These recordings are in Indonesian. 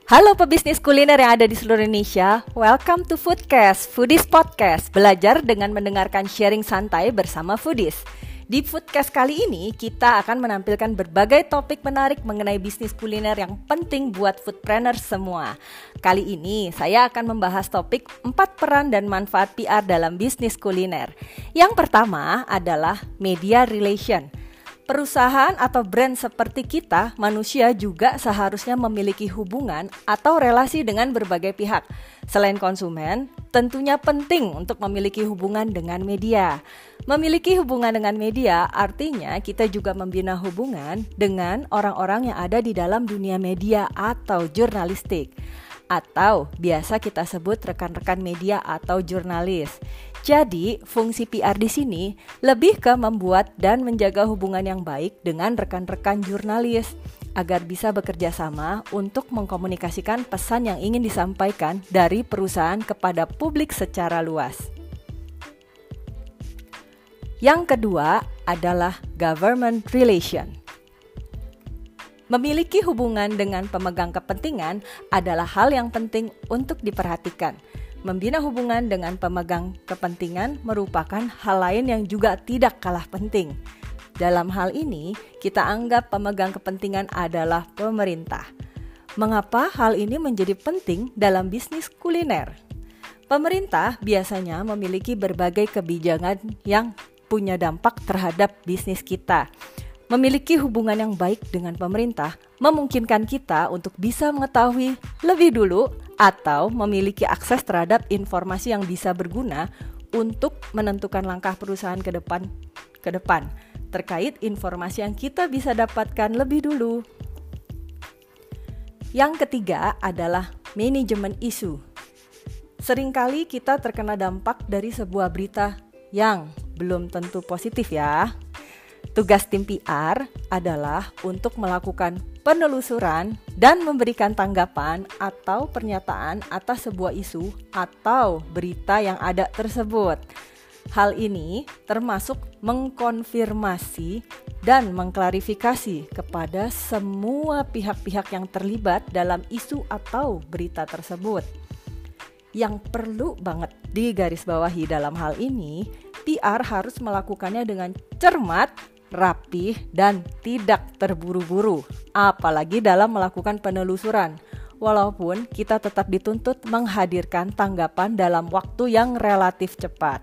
Halo pebisnis kuliner yang ada di seluruh Indonesia, welcome to Foodcast, Foodies Podcast. Belajar dengan mendengarkan sharing santai bersama Foodies. Di Foodcast kali ini, kita akan menampilkan berbagai topik menarik mengenai bisnis kuliner yang penting buat foodpreneur semua. Kali ini, saya akan membahas topik 4 peran dan manfaat PR dalam bisnis kuliner. Yang pertama adalah media relation. Perusahaan atau brand seperti kita, manusia juga seharusnya memiliki hubungan atau relasi dengan berbagai pihak. Selain konsumen, tentunya penting untuk memiliki hubungan dengan media. Memiliki hubungan dengan media artinya kita juga membina hubungan dengan orang-orang yang ada di dalam dunia media atau jurnalistik. Atau biasa kita sebut rekan-rekan media atau jurnalis. Jadi, fungsi PR di sini lebih ke membuat dan menjaga hubungan yang baik dengan rekan-rekan jurnalis agar bisa bekerja sama untuk mengkomunikasikan pesan yang ingin disampaikan dari perusahaan kepada publik secara luas. Yang kedua adalah government relation. Memiliki hubungan dengan pemegang kepentingan adalah hal yang penting untuk diperhatikan. Membina hubungan dengan pemegang kepentingan merupakan hal lain yang juga tidak kalah penting. Dalam hal ini, kita anggap pemegang kepentingan adalah pemerintah. Mengapa hal ini menjadi penting dalam bisnis kuliner? Pemerintah biasanya memiliki berbagai kebijakan yang punya dampak terhadap bisnis kita. Memiliki hubungan yang baik dengan pemerintah memungkinkan kita untuk bisa mengetahui lebih dulu atau memiliki akses terhadap informasi yang bisa berguna untuk menentukan langkah perusahaan ke depan terkait informasi yang kita bisa dapatkan lebih dulu. Yang ketiga adalah manajemen isu. Seringkali kita terkena dampak dari sebuah berita yang belum tentu positif ya. Tugas tim PR adalah untuk melakukan penelusuran dan memberikan tanggapan atau pernyataan atas sebuah isu atau berita yang ada tersebut. Hal ini termasuk mengkonfirmasi dan mengklarifikasi kepada semua pihak-pihak yang terlibat dalam isu atau berita tersebut. Yang perlu banget digarisbawahi dalam hal ini, PR harus melakukannya dengan cermat, rapih, dan tidak terburu-buru, apalagi dalam melakukan penelusuran. Walaupun kita tetap dituntut menghadirkan tanggapan dalam waktu yang relatif cepat.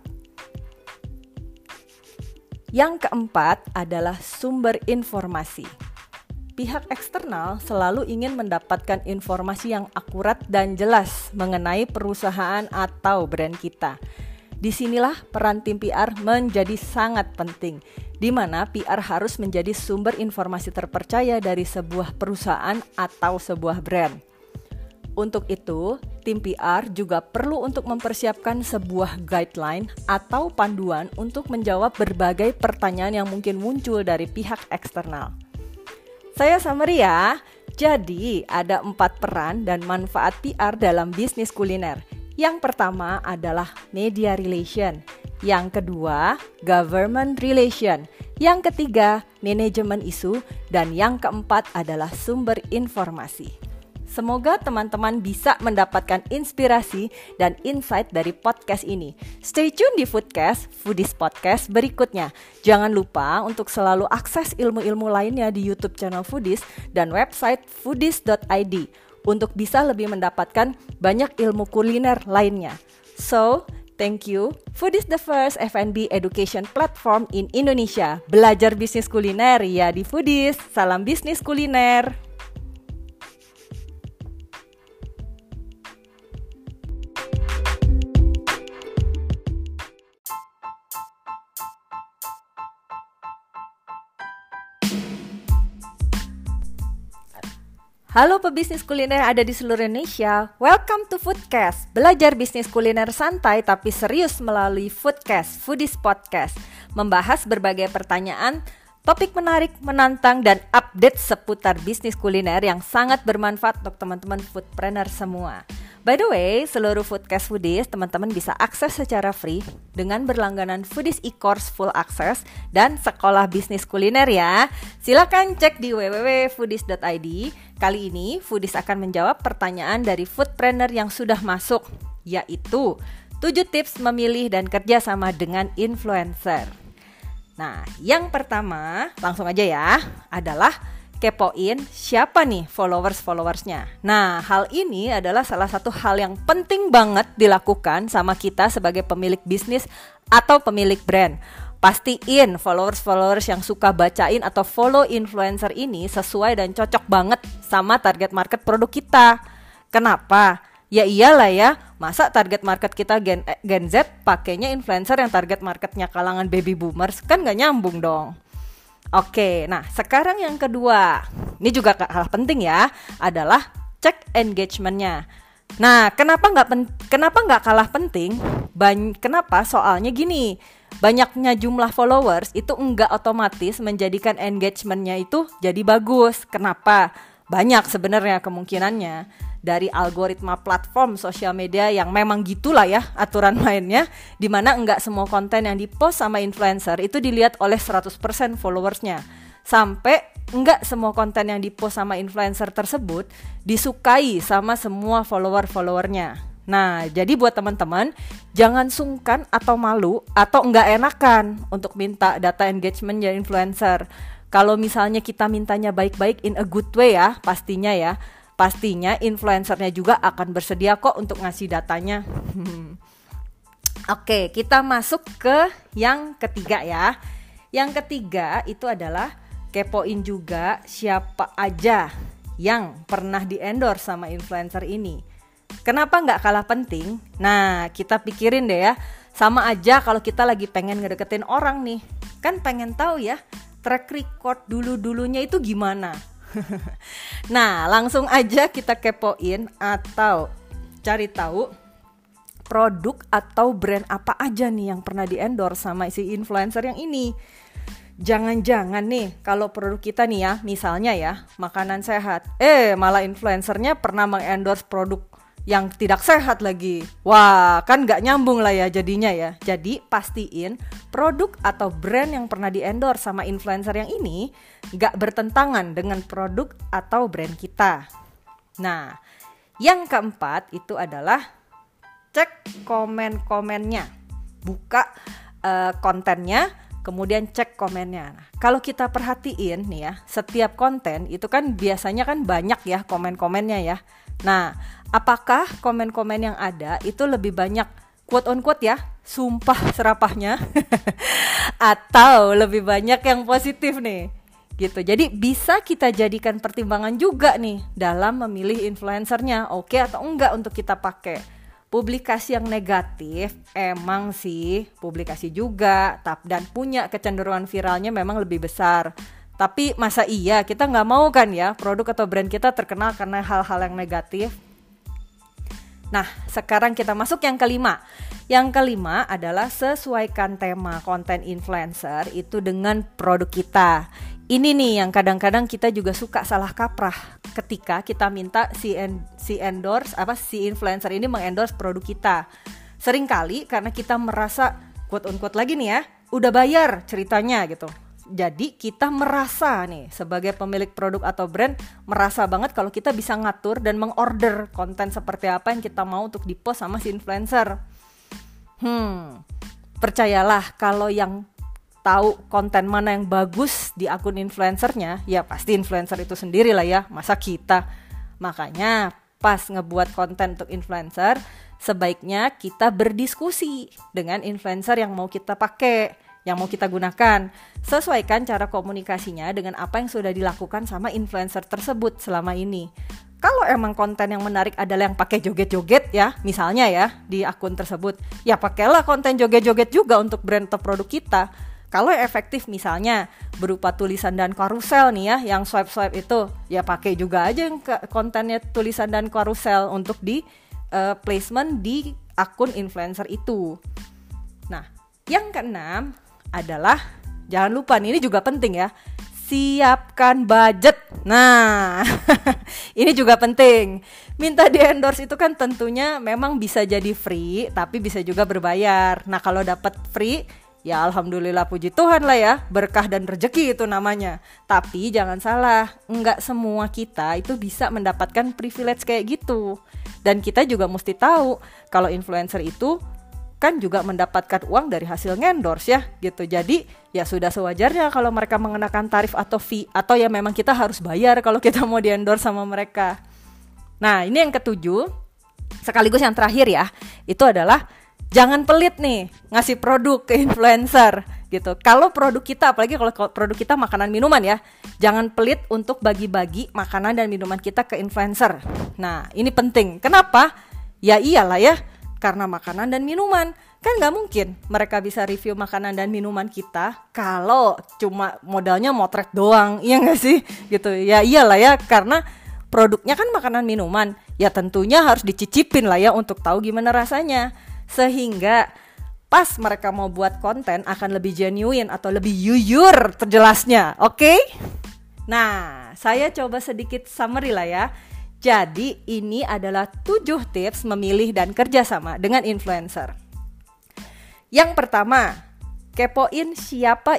Yang keempat adalah sumber informasi. Pihak eksternal selalu ingin mendapatkan informasi yang akurat dan jelas mengenai perusahaan atau brand kita. Disinilah peran tim PR menjadi sangat penting, di mana PR harus menjadi sumber informasi terpercaya dari sebuah perusahaan atau sebuah brand. Untuk itu, tim PR juga perlu untuk mempersiapkan sebuah guideline atau panduan untuk menjawab berbagai pertanyaan yang mungkin muncul dari pihak eksternal. Saya summary ya, jadi ada 4 peran dan manfaat PR dalam bisnis kuliner. Yang pertama adalah media relation, yang kedua government relation, yang ketiga manajemen isu, dan yang keempat adalah sumber informasi. Semoga teman-teman bisa mendapatkan inspirasi dan insight dari podcast ini. Stay tune di Foodcast, Foodies Podcast berikutnya. Jangan lupa untuk selalu akses ilmu-ilmu lainnya di YouTube channel Foodies dan website foodies.id untuk bisa lebih mendapatkan banyak ilmu kuliner lainnya. So, thank you. Foodies the first F&B education platform in Indonesia. Belajar bisnis kuliner ya di Foodies. Salam bisnis kuliner. Halo pebisnis kuliner yang ada di seluruh Indonesia, welcome to Foodcast. Belajar bisnis kuliner santai tapi serius melalui Foodcast, Foodies Podcast. Membahas berbagai pertanyaan, topik menarik, menantang, dan update seputar bisnis kuliner yang sangat bermanfaat untuk teman-teman foodpreneur semua. By the way, seluruh Foodcast Foodies teman-teman bisa akses secara free dengan berlangganan Foodies e-course full access dan sekolah bisnis kuliner ya. Silakan cek di www.foodies.id. Kali ini Foodies akan menjawab pertanyaan dari foodpreneur yang sudah masuk, yaitu 7 tips memilih dan kerja sama dengan influencer. Nah, yang pertama, langsung aja ya, adalah kepoin siapa nih followers-followersnya. Nah, hal ini adalah salah satu hal yang penting banget dilakukan sama kita sebagai pemilik bisnis atau pemilik brand. Pastiin followers-followers yang suka bacain atau follow influencer ini sesuai dan cocok banget sama target market produk kita. Kenapa? Ya iyalah ya, masa target market kita Gen Z pakainya influencer yang target marketnya kalangan baby boomers, kan gak nyambung dong. Oke, nah sekarang yang kedua, ini juga gak kalah penting ya, adalah cek engagementnya. Nah, kenapa nggak kalah penting? Kenapa? Soalnya gini, banyaknya jumlah followers itu enggak otomatis menjadikan engagementnya itu jadi bagus. Kenapa? Banyak sebenarnya kemungkinannya. Dari algoritma platform sosial media yang memang gitulah ya aturan mainnya, dimana enggak semua konten yang dipost sama influencer itu dilihat oleh 100% followersnya, sampai enggak semua konten yang dipost sama influencer tersebut disukai sama semua followernya. Nah, jadi buat teman-teman, jangan sungkan atau malu atau enggak enakan untuk minta data engagement dari influencer. Kalau misalnya kita mintanya baik-baik in a good way ya, pastinya influencernya juga akan bersedia kok untuk ngasih datanya. Oke, kita masuk ke yang ketiga ya. Yang ketiga itu adalah kepoin juga siapa aja yang pernah di-endorse sama influencer ini. Kenapa nggak kalah penting? Nah, kita pikirin deh ya. Sama aja kalau kita lagi pengen ngedeketin orang nih. Kan pengen tahu ya, track record dulu-dulunya itu gimana. Nah, langsung aja kita kepoin atau cari tahu produk atau brand apa aja nih yang pernah di-endorse sama si influencer yang ini. Jangan-jangan nih kalau produk kita nih ya, misalnya ya, makanan sehat, malah influencernya pernah mengendorse produk yang tidak sehat lagi. Wah, kan gak nyambung lah ya jadinya ya. Jadi pastiin produk atau brand yang pernah di-endorse sama influencer yang ini gak bertentangan dengan produk atau brand kita. Nah, yang keempat itu adalah cek komen-komennya. Buka kontennya, kemudian cek komennya. Nah, kalau kita perhatiin nih ya, setiap konten itu kan biasanya kan banyak ya komen-komennya ya. Nah, apakah komen-komen yang ada itu lebih banyak quote on quote ya, sumpah serapahnya atau lebih banyak yang positif nih gitu. Jadi bisa kita jadikan pertimbangan juga nih dalam memilih influencernya, oke atau enggak untuk kita pakai. Publikasi yang negatif emang sih publikasi juga dan punya kecenderungan viralnya memang lebih besar. Tapi masa iya kita nggak mau kan ya produk atau brand kita terkenal karena hal-hal yang negatif. Nah, sekarang kita masuk yang kelima. Yang kelima adalah sesuaikan tema konten influencer itu dengan produk kita. Ini nih yang kadang-kadang kita juga suka salah kaprah ketika kita minta si influencer ini mengendorse produk kita. Seringkali karena kita merasa quote on quote lagi nih ya, udah bayar ceritanya gitu. Jadi kita merasa nih sebagai pemilik produk atau brand merasa banget kalau kita bisa ngatur dan mengorder konten seperti apa yang kita mau untuk dipost sama si influencer. Percayalah kalau yang tahu konten mana yang bagus di akun influencernya, ya pasti influencer itu sendiri lah ya, masa kita. Makanya pas ngebuat konten untuk influencer, sebaiknya kita berdiskusi dengan influencer yang mau kita pakai, yang mau kita gunakan. Sesuaikan cara komunikasinya dengan apa yang sudah dilakukan sama influencer tersebut selama ini. Kalau emang konten yang menarik adalah yang pakai joget-joget ya, misalnya ya di akun tersebut, ya pakailah konten joget-joget juga untuk brand atau produk kita. Kalau efektif misalnya berupa tulisan dan karusel nih ya, yang swipe-swipe itu, ya pakai juga aja yang kontennya tulisan dan karusel untuk di placement di akun influencer itu. Nah, yang keenam adalah jangan lupa nih, ini juga penting ya, siapkan budget. Nah, ini juga penting. Minta di endorse itu kan tentunya memang bisa jadi free, tapi bisa juga berbayar. Nah, kalau dapat free, ya alhamdulillah puji Tuhan lah ya, berkah dan rezeki itu namanya. Tapi jangan salah, enggak semua kita itu bisa mendapatkan privilege kayak gitu. Dan kita juga mesti tahu kalau influencer itu kan juga mendapatkan uang dari hasil ngendorse ya gitu. Jadi ya sudah sewajarnya kalau mereka mengenakan tarif atau fee, atau ya memang kita harus bayar kalau kita mau di endorse sama mereka. Nah, ini yang ketujuh, sekaligus yang terakhir ya, itu adalah jangan pelit nih ngasih produk ke influencer gitu. Kalau produk kita, apalagi kalau produk kita makanan minuman ya, jangan pelit untuk bagi-bagi makanan dan minuman kita ke influencer. Nah, ini penting. Kenapa? Ya iyalah ya, karena makanan dan minuman. Kan gak mungkin mereka bisa review makanan dan minuman kita kalau cuma modalnya motret doang, iya gak sih? Gitu. Ya iyalah ya, karena produknya kan makanan minuman, ya tentunya harus dicicipin lah ya untuk tahu gimana rasanya. Sehingga pas mereka mau buat konten akan lebih genuine atau lebih jujur terjelasnya, oke? Nah, saya coba sedikit summary lah ya. Jadi ini adalah 7 tips memilih dan kerjasama dengan influencer. Yang pertama, kepoin siapa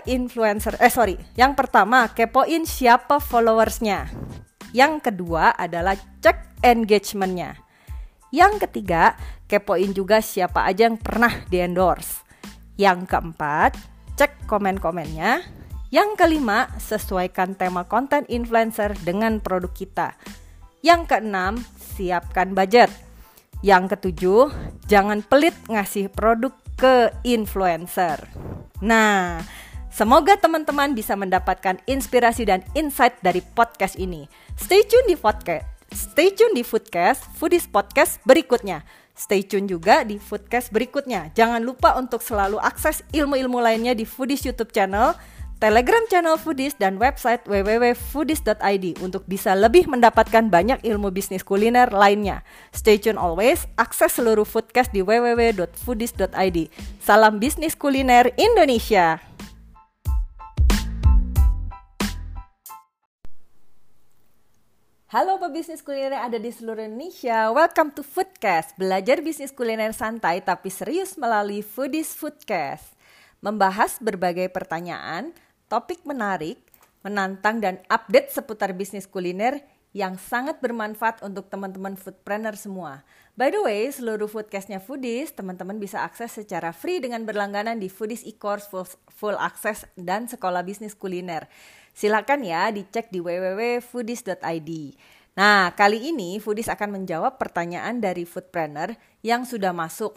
followersnya. Yang kedua adalah cek engagementnya. Yang ketiga, kepoin juga siapa aja yang pernah di-endorse. Yang keempat, cek komen-komennya. Yang kelima, sesuaikan tema konten influencer dengan produk kita. Yang keenam, siapkan budget. Yang ketujuh, jangan pelit ngasih produk ke influencer. Nah, semoga teman-teman bisa mendapatkan inspirasi dan insight dari podcast ini. Stay tune di Foodies Podcast berikutnya. Stay tune juga di Foodcast berikutnya. Jangan lupa untuk selalu akses ilmu-ilmu lainnya di Foodies YouTube channel, Telegram channel Foodies, dan website www.foodies.id untuk bisa lebih mendapatkan banyak ilmu bisnis kuliner lainnya. Stay tune always, akses seluruh Foodcast di www.foodies.id. Salam bisnis kuliner Indonesia. Halo pebisnis kuliner yang ada di seluruh Indonesia, welcome to Foodcast, belajar bisnis kuliner santai tapi serius melalui Foodies Foodcast. Membahas berbagai pertanyaan, topik menarik, menantang dan update seputar bisnis kuliner yang sangat bermanfaat untuk teman-teman foodpreneur semua. By the way, seluruh Foodcast-nya Foodies, teman-teman bisa akses secara free dengan berlangganan di Foodies e-course full access dan sekolah bisnis kuliner. Silakan ya dicek di www.foodies.id. Nah, kali ini Foodies akan menjawab pertanyaan dari foodpreneur yang sudah masuk,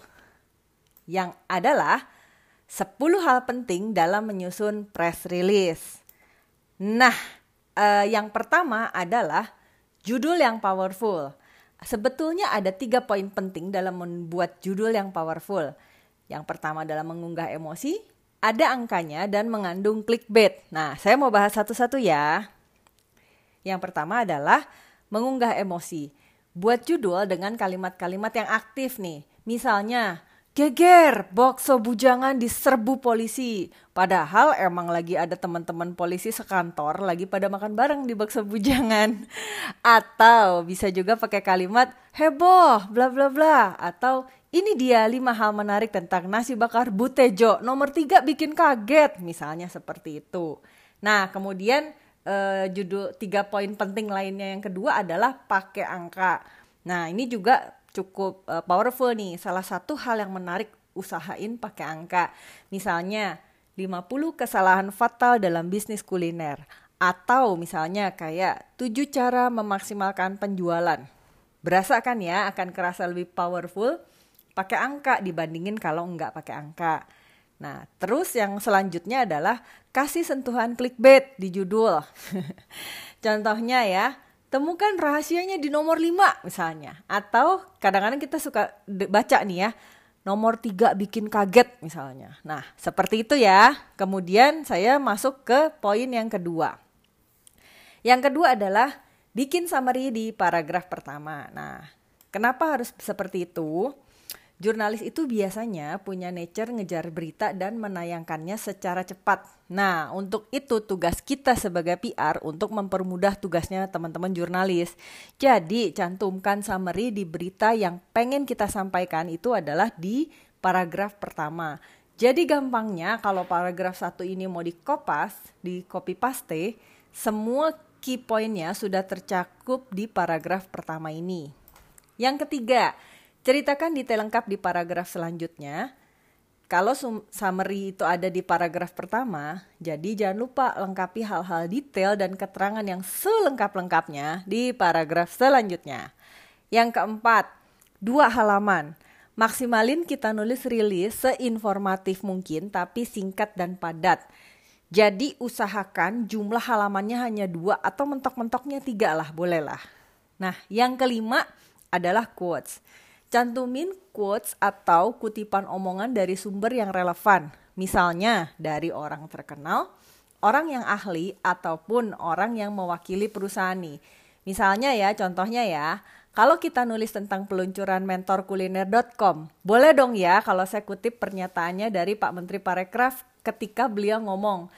yang adalah 10 hal penting dalam menyusun press release. Nah, yang pertama adalah judul yang powerful. Sebetulnya ada 3 poin penting dalam membuat judul yang powerful. Yang pertama adalah mengunggah emosi, ada angkanya, dan mengandung clickbait. Nah, saya mau bahas satu-satu ya. Yang pertama adalah mengunggah emosi. Buat judul dengan kalimat-kalimat yang aktif nih. Misalnya, geger, bakso bujangan diserbu polisi. Padahal emang lagi ada teman-teman polisi sekantor lagi pada makan bareng di bakso bujangan. Atau bisa juga pakai kalimat heboh, bla bla bla. Atau ini dia 5 hal menarik tentang nasi bakar Butejo. Nomor 3 bikin kaget. Misalnya seperti itu. Nah, kemudian judul 3 poin penting lainnya yang kedua adalah pakai angka. Nah, ini juga cukup powerful nih. Salah satu hal yang menarik, usahain pakai angka. Misalnya 50 kesalahan fatal dalam bisnis kuliner. Atau misalnya kayak 7 cara memaksimalkan penjualan. Berasa kan ya, akan kerasa lebih powerful pakai angka dibandingin kalau nggak pakai angka. Nah, terus yang selanjutnya adalah kasih sentuhan clickbait di judul. Contohnya ya, temukan rahasianya di nomor 5 misalnya. Atau kadang-kadang kita suka baca nih ya, nomor 3 bikin kaget misalnya. Nah, seperti itu ya. Kemudian saya masuk ke poin yang kedua. Yang kedua adalah bikin summary di paragraf pertama. Nah, kenapa harus seperti itu? Jurnalis itu biasanya punya nature ngejar berita dan menayangkannya secara cepat. Nah, untuk itu tugas kita sebagai PR untuk mempermudah tugasnya teman-teman jurnalis. Jadi, cantumkan summary di berita yang pengen kita sampaikan itu adalah di paragraf pertama. Jadi gampangnya kalau paragraf 1 ini mau di copy paste, semua key pointnya sudah tercakup di paragraf pertama ini. Yang ketiga, ceritakan detail lengkap di paragraf selanjutnya. Kalau summary itu ada di paragraf pertama, jadi jangan lupa lengkapi hal-hal detail dan keterangan yang selengkap-lengkapnya di paragraf selanjutnya. Yang keempat, 2 halaman. Maksimalin kita nulis rilis seinformatif mungkin tapi singkat dan padat. Jadi usahakan jumlah halamannya hanya 2 atau mentok-mentoknya 3 lah, bolehlah. Nah, yang kelima adalah quotes. Cantumin quotes atau kutipan omongan dari sumber yang relevan. Misalnya dari orang terkenal, orang yang ahli, ataupun orang yang mewakili perusahaan nih. Misalnya ya, contohnya ya, kalau kita nulis tentang peluncuran mentorkuliner.com, boleh dong ya kalau saya kutip pernyataannya dari Pak Menteri Parekraf ketika beliau ngomong,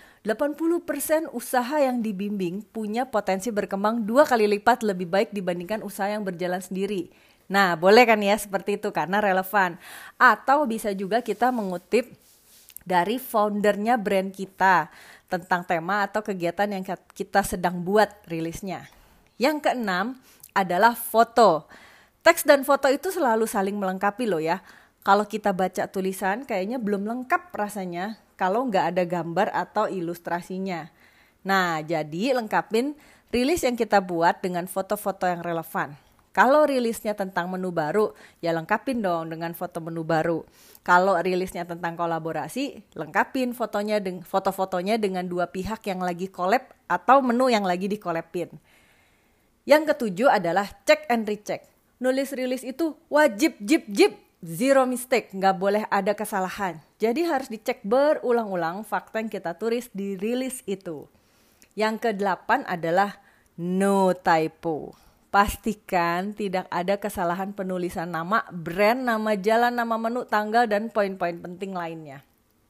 80% usaha yang dibimbing punya potensi berkembang 2 kali lipat lebih baik dibandingkan usaha yang berjalan sendiri. Nah, boleh kan ya seperti itu karena relevan. Atau bisa juga kita mengutip dari foundernya brand kita tentang tema atau kegiatan yang kita sedang buat rilisnya. Yang keenam adalah foto. Teks dan foto itu selalu saling melengkapi loh ya. Kalau kita baca tulisan kayaknya belum lengkap rasanya kalau nggak ada gambar atau ilustrasinya. Nah, jadi lengkapin rilis yang kita buat dengan foto-foto yang relevan. Kalau rilisnya tentang menu baru, ya lengkapin dong dengan foto menu baru. Kalau rilisnya tentang kolaborasi, lengkapin foto-fotonya dengan 2 pihak yang lagi collab atau menu yang lagi di-collabin. Yang ketujuh adalah check and recheck. Nulis rilis itu wajib zero mistake, nggak boleh ada kesalahan. Jadi harus dicek berulang-ulang fakta yang kita tulis di rilis itu. Yang ke-8 adalah no typo. Pastikan tidak ada kesalahan penulisan nama, brand, nama jalan, nama menu, tanggal, dan poin-poin penting lainnya.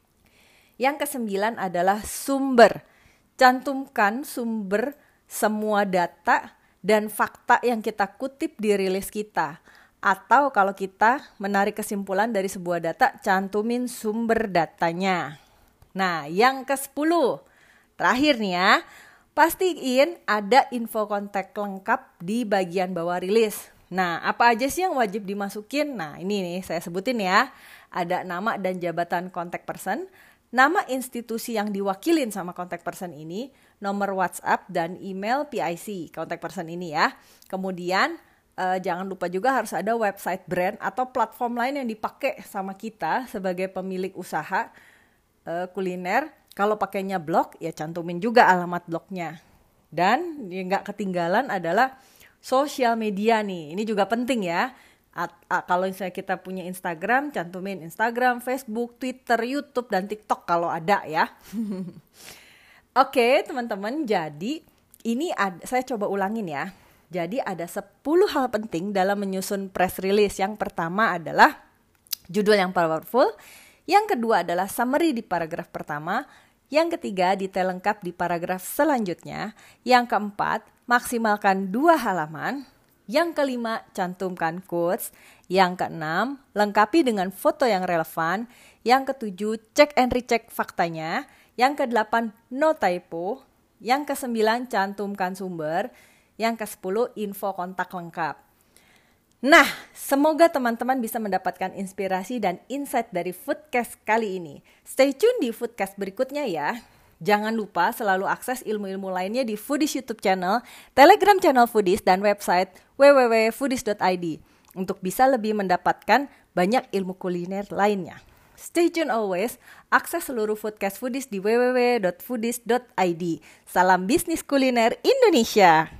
Yang ke-9 adalah sumber. Cantumkan sumber semua data dan fakta yang kita kutip di rilis kita. Atau kalau kita menarik kesimpulan dari sebuah data, cantumin sumber datanya. Nah, yang ke-10, terakhir nih ya, pastiin ada info kontak lengkap di bagian bawah rilis. Nah, apa aja sih yang wajib dimasukin? Nah, ini nih saya sebutin ya. Ada nama dan jabatan contact person, nama institusi yang diwakilin sama contact person ini, nomor WhatsApp dan email PIC contact person ini ya. Kemudian jangan lupa juga harus ada website brand atau platform lain yang dipakai sama kita sebagai pemilik usaha kuliner. Kalau pakainya blog, ya cantumin juga alamat blognya. Dan yang nggak ketinggalan adalah sosial media nih. Ini juga penting ya. Kalau misalnya kita punya Instagram, cantumin Instagram, Facebook, Twitter, YouTube, dan TikTok kalau ada ya. Oke teman-teman, jadi ini saya coba ulangin ya. Jadi ada 10 hal penting dalam menyusun press release. Yang pertama adalah judul yang powerful. Yang kedua adalah summary di paragraf pertama. Yang ketiga, detail lengkap di paragraf selanjutnya. Yang keempat, maksimalkan 2 halaman. Yang kelima, cantumkan quotes. Yang keenam, lengkapi dengan foto yang relevan. Yang ketujuh, check and recheck faktanya. Yang kedelapan, no typo. Yang kesembilan, cantumkan sumber. Yang ke-10, info kontak lengkap. Nah, semoga teman-teman bisa mendapatkan inspirasi dan insight dari Foodcast kali ini. Stay tune di Foodcast berikutnya ya. Jangan lupa selalu akses ilmu-ilmu lainnya di Foodies YouTube channel, Telegram channel Foodies, dan website www.foodies.id untuk bisa lebih mendapatkan banyak ilmu kuliner lainnya. Stay tune always, akses seluruh Foodcast Foodies di www.foodies.id. Salam bisnis kuliner Indonesia!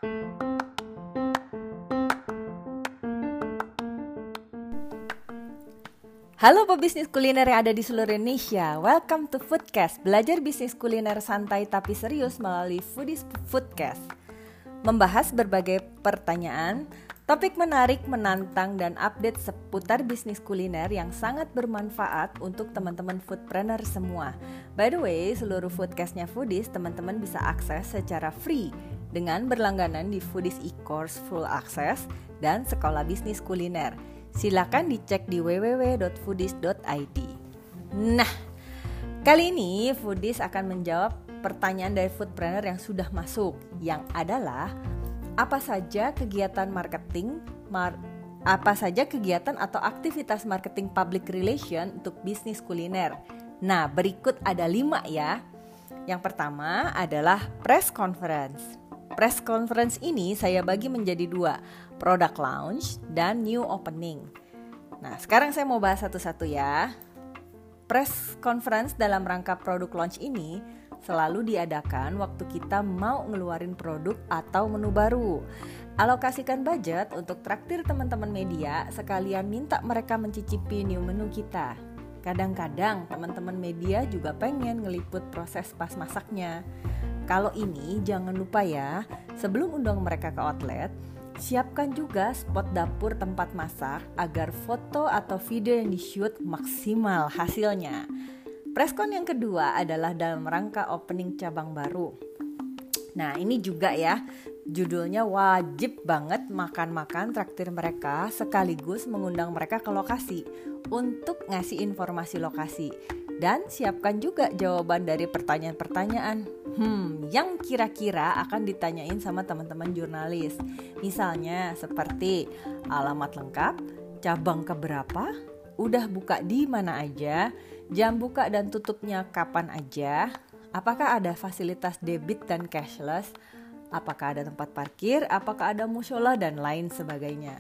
Halo pebisnis kuliner yang ada di seluruh Indonesia, welcome to Foodcast, belajar bisnis kuliner santai tapi serius melalui Foodies Foodcast. Membahas berbagai pertanyaan Topik menarik, menantang, dan update seputar bisnis kuliner yang sangat bermanfaat untuk teman-teman foodpreneur semua. By the way, seluruh foodcastnya Foodies teman-teman bisa akses secara free dengan berlangganan di Foodies e-course full access dan sekolah bisnis kuliner. Silakan dicek di www.foodies.id. Nah, kali ini Foodies akan menjawab pertanyaan dari foodpreneur yang sudah masuk, yang adalah apa saja kegiatan atau aktivitas marketing public relation untuk bisnis kuliner. Nah, berikut ada 5 ya. Yang pertama adalah press conference. Press conference ini saya bagi menjadi 2, product launch dan new opening. Nah, sekarang saya mau bahas satu-satu ya. Press conference dalam rangka product launch ini selalu diadakan waktu kita mau ngeluarin produk atau menu baru. Alokasikan budget untuk traktir teman-teman media, sekalian minta mereka mencicipi new menu kita. Kadang-kadang teman-teman media juga pengen ngeliput proses pas masaknya. Kalau ini jangan lupa ya, sebelum undang mereka ke outlet, siapkan juga spot dapur tempat masak agar foto atau video yang di-shoot maksimal hasilnya. Preskon yang kedua adalah dalam rangka opening cabang baru. Nah, ini juga ya, judulnya wajib banget makan-makan traktir mereka sekaligus mengundang mereka ke lokasi untuk ngasih informasi lokasi. Dan siapkan juga jawaban dari pertanyaan-pertanyaan yang kira-kira akan ditanyain sama teman-teman jurnalis. Misalnya seperti alamat lengkap, cabang keberapa, udah buka di mana aja, jam buka dan tutupnya kapan aja, apakah ada fasilitas debit dan cashless, apakah ada tempat parkir, apakah ada musyola dan lain sebagainya.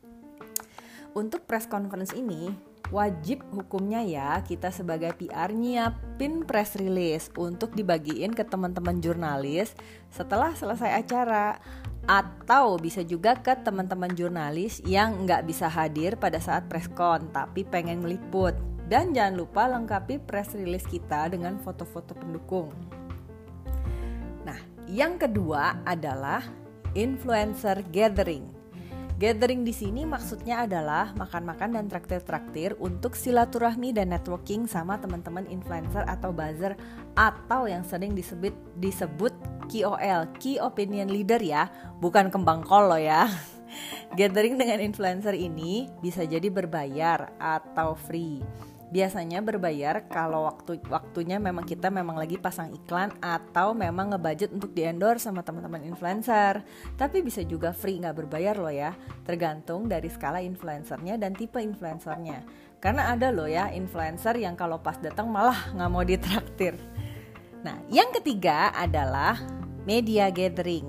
Untuk press conference ini, wajib hukumnya ya kita sebagai PR nyiapin press release untuk dibagiin ke teman-teman jurnalis setelah selesai acara. Atau bisa juga ke teman-teman jurnalis yang nggak bisa hadir pada saat preskon tapi pengen meliput. Dan jangan lupa lengkapi press release kita dengan foto-foto pendukung. Nah, yang kedua adalah influencer gathering. Gathering di sini maksudnya adalah makan-makan dan traktir-traktir untuk silaturahmi dan networking sama teman-teman influencer atau buzzer atau yang sering disebut KOL, Key Opinion Leader ya, bukan kembang kol loh ya. Gathering dengan influencer ini bisa jadi berbayar atau free. Biasanya berbayar kalau waktunya kita memang lagi pasang iklan atau memang ngebudget untuk di-endorse sama teman-teman influencer. Tapi bisa juga free nggak berbayar loh ya, tergantung dari skala influencernya dan tipe influencernya. Karena ada loh ya influencer yang kalau pas datang malah nggak mau ditraktir. Nah, yang ketiga adalah media gathering.